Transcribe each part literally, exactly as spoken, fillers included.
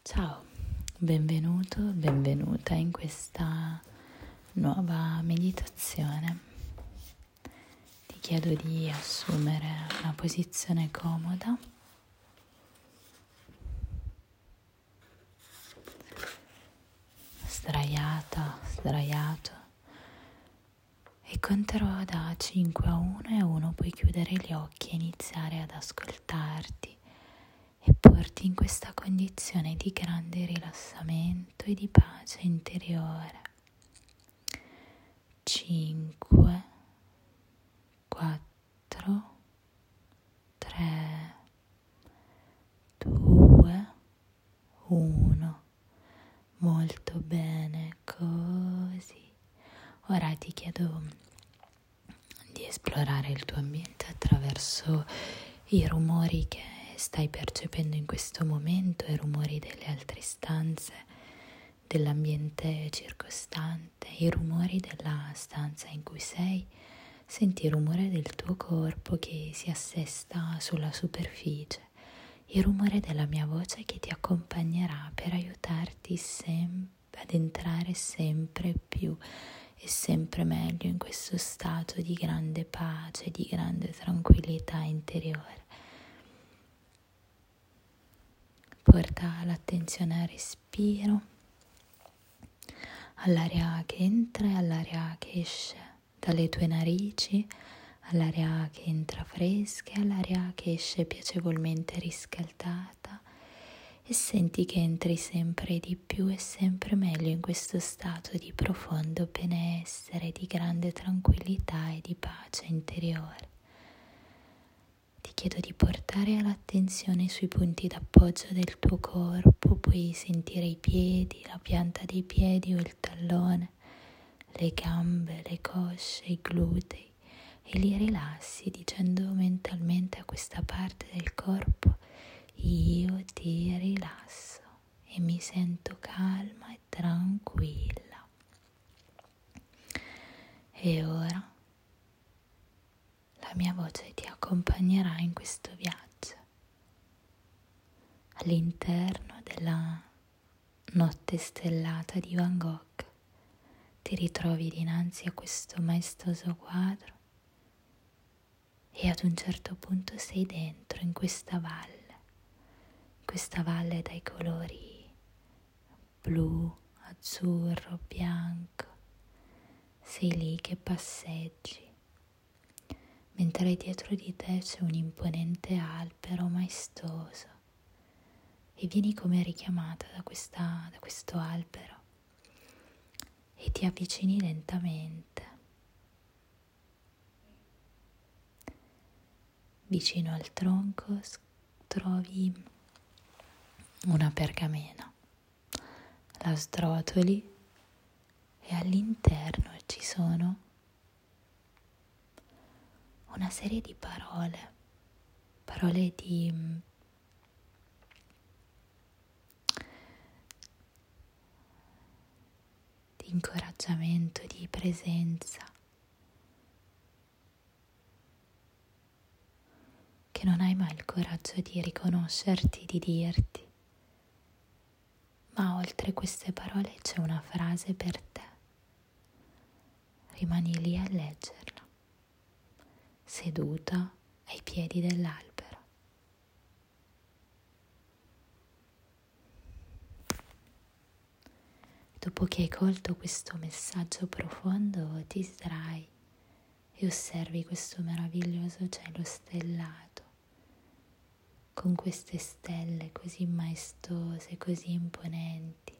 Ciao, benvenuto, benvenuta in questa nuova meditazione. Ti chiedo di assumere una posizione comoda, sdraiata, sdraiato, e conterò da cinque a uno e a uno puoi chiudere gli occhi e iniziare ad ascoltarti e porti in questa condizione di grande rilassamento e di pace interiore. cinque, quattro, tre, due, uno. Molto bene, così. Ora ti chiedo di esplorare il tuo ambiente attraverso i rumori che stai percependo in questo momento, i rumori delle altre stanze, dell'ambiente circostante, i rumori della stanza in cui sei. Senti il rumore del tuo corpo che si assesta sulla superficie, il rumore della mia voce che ti accompagnerà per aiutarti sempre ad entrare sempre più e sempre meglio in questo stato di grande pace, di grande tranquillità interiore. Porta l'attenzione al respiro, all'aria che entra e all'aria che esce dalle tue narici, all'aria che entra fresca e all'aria che esce piacevolmente riscaldata, e senti che entri sempre di più e sempre meglio in questo stato di profondo benessere, di grande tranquillità e di pace interiore. Ti chiedo di portare l'attenzione sui punti d'appoggio del tuo corpo, puoi sentire i piedi, la pianta dei piedi o il tallone, le gambe, le cosce, i glutei, e li rilassi dicendo mentalmente a questa parte del corpo: io ti rilasso e mi sento calma e tranquilla. E ora la mia voce ti accompagnerà in questo viaggio all'interno della notte stellata di Van Gogh. Ti ritrovi dinanzi a questo maestoso quadro e ad un certo punto sei dentro in questa valle, in questa valle dai colori blu, azzurro, bianco. Sei lì che passeggi, mentre dietro di te c'è un imponente albero maestoso e vieni come richiamata da, questa, da questo albero e ti avvicini lentamente. Vicino al tronco trovi una pergamena, la sdrotoli e all'interno ci sono una serie di parole, parole di di incoraggiamento, di presenza, che non hai mai il coraggio di riconoscerti, di dirti. Ma oltre queste parole c'è una frase per te. Rimani lì a leggerla, seduta ai piedi dell'albero. Dopo che hai colto questo messaggio profondo, ti sdrai e osservi questo meraviglioso cielo stellato, con queste stelle così maestose, così imponenti,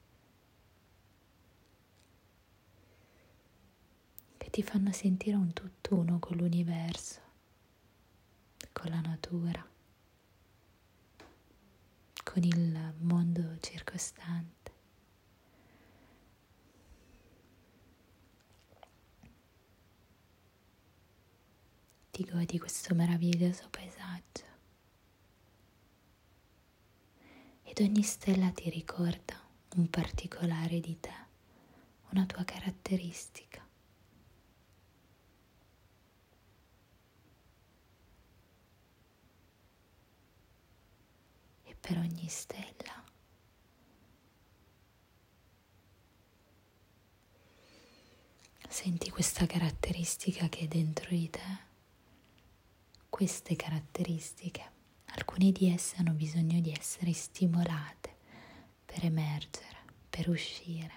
che ti fanno sentire un tutt'uno con l'universo, con la natura, con il mondo circostante. Ti godi questo meraviglioso paesaggio ed ogni stella ti ricorda un particolare di te, una tua caratteristica. E per ogni stella Senti questa caratteristica che è dentro di te, queste caratteristiche, alcune di esse hanno bisogno di essere stimolate per emergere, per uscire.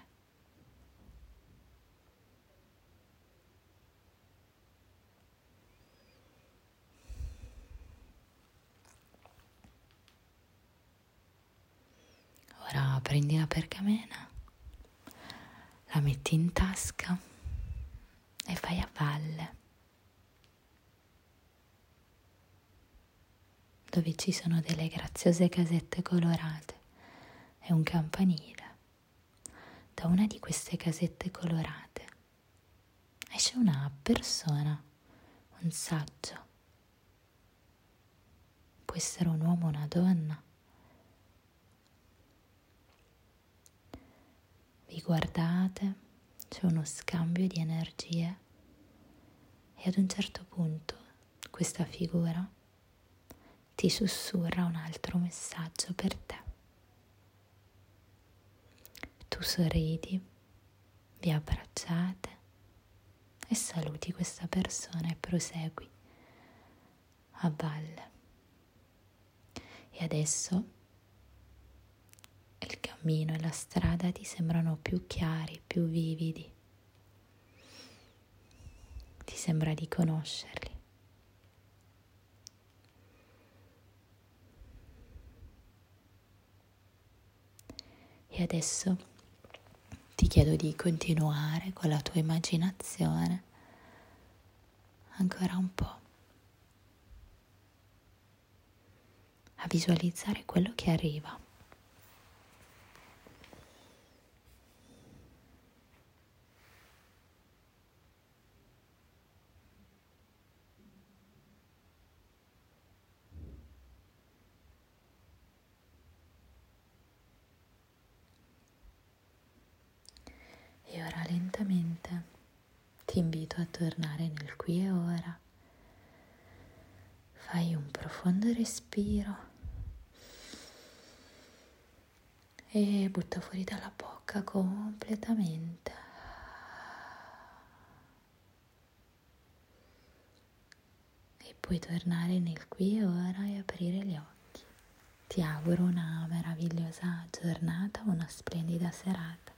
Ora prendi la pergamena, la metti in tasca e vai a valle, dove ci sono delle graziose casette colorate e un campanile. Da una di queste casette colorate esce una persona, un saggio. Può essere un uomo o una donna. Vi guardate, c'è uno scambio di energie e ad un certo punto questa figura ti sussurra un altro messaggio per te. Tu sorridi, vi abbracciate e saluti questa persona e prosegui a valle. E adesso il cammino e la strada ti sembrano più chiari, più vividi. Ti sembra di conoscerli. E adesso ti chiedo di continuare con la tua immaginazione ancora un po' a visualizzare quello che arriva. E ora lentamente ti invito a tornare nel qui e ora. Fai un profondo respiro e butta fuori dalla bocca completamente. E puoi tornare nel qui e ora e aprire gli occhi. Ti auguro una meravigliosa giornata, una splendida serata.